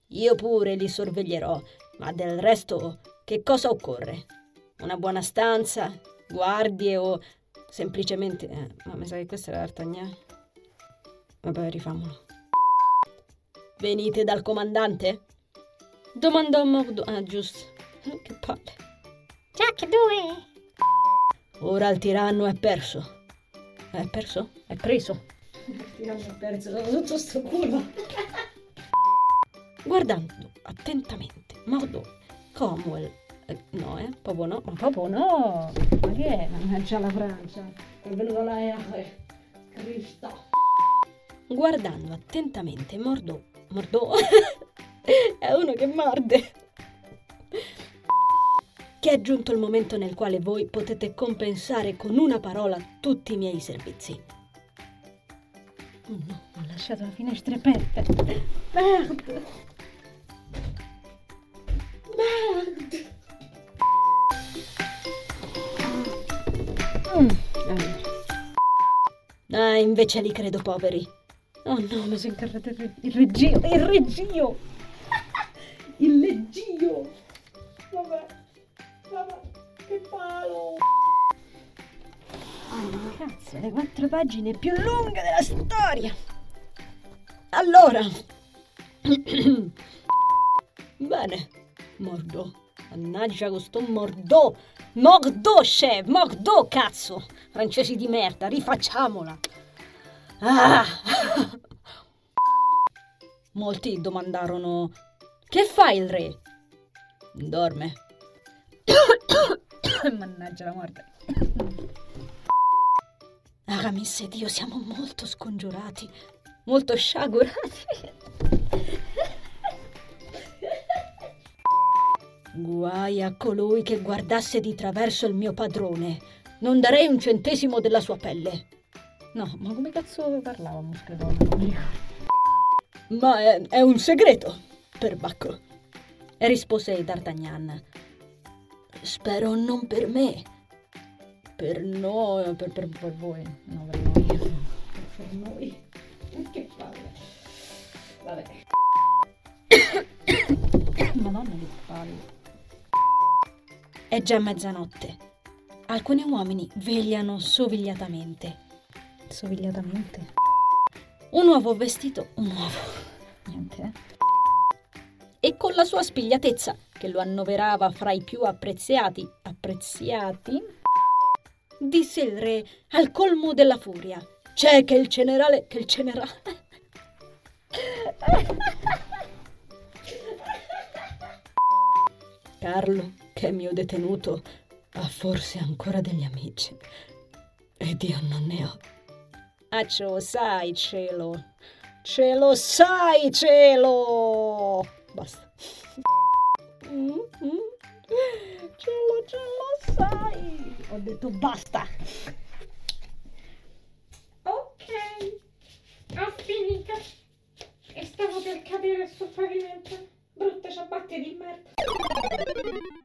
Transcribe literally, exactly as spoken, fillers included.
Io pure li sorveglierò, ma del resto che cosa occorre? Una buona stanza, guardie o semplicemente... Eh, ma mi sa che questa era D'Artagnan. Vabbè, rifamolo. Venite dal comandante? Domandò Mordo... Ah, giusto. Che palle. Già che due? Ora il tiranno è perso. È perso? È preso. Il tiranno è perso, tutto sto culo. Guardando attentamente Mordo, Cromwell... Eh, no, eh? Proprio no. Ma proprio no. Ma che è? Mannaggia la Francia. È venuto la R. Cristo. Guardando attentamente Mordo... Mordo... è uno che morde. Che è giunto il momento nel quale voi potete compensare con una parola tutti i miei servizi. Oh no, ho lasciato la finestra aperta. Merda. Merda. Mm. Ah, invece li credo poveri. Oh no, mi sono incartato il, il reggio. Il reggio. Il leggio. Vabbè. Vabbè. Che palo. Oh, cazzo, le quattro pagine più lunghe della storia. Allora. Bene. Mordo. Mannaggia questo Mordo. Mordo, chef. Mordo, cazzo. Francesi di merda. Rifacciamola. Ah. Molti domandarono: che fa il re? Dorme. Mannaggia la morte. Aramis ed io siamo molto scongiurati, molto sciagurati. Guai a colui che guardasse di traverso il mio padrone. Non darei un centesimo della sua pelle. No, ma come cazzo parlavamo, credo? Ma è, è un segreto, perbacco. Rispose D'Artagnan. Spero non per me. Per noi, per, per, per voi. No, per noi. Per, per noi. Che palle. Vabbè. Madonna che palle. È già mezzanotte. Alcuni uomini vegliano sovigliatamente. Sovigliatamente? Un uovo vestito, un uovo. Niente, eh? E con la sua spigliatezza, che lo annoverava fra i più apprezzati, apprezzati, disse il re al colmo della furia: c'è che il generale, che il generale... Carlo, che è mio detenuto, ha forse ancora degli amici. Ed io non ne ho. Ah, ce lo sai, cielo. Ce lo sai, cielo. Basta. Mm-hmm. Cielo, ce lo sai. Ho detto basta. Ok, ho finito. E stavo per cadere sul pavimento. Brutte ciabatte di merda.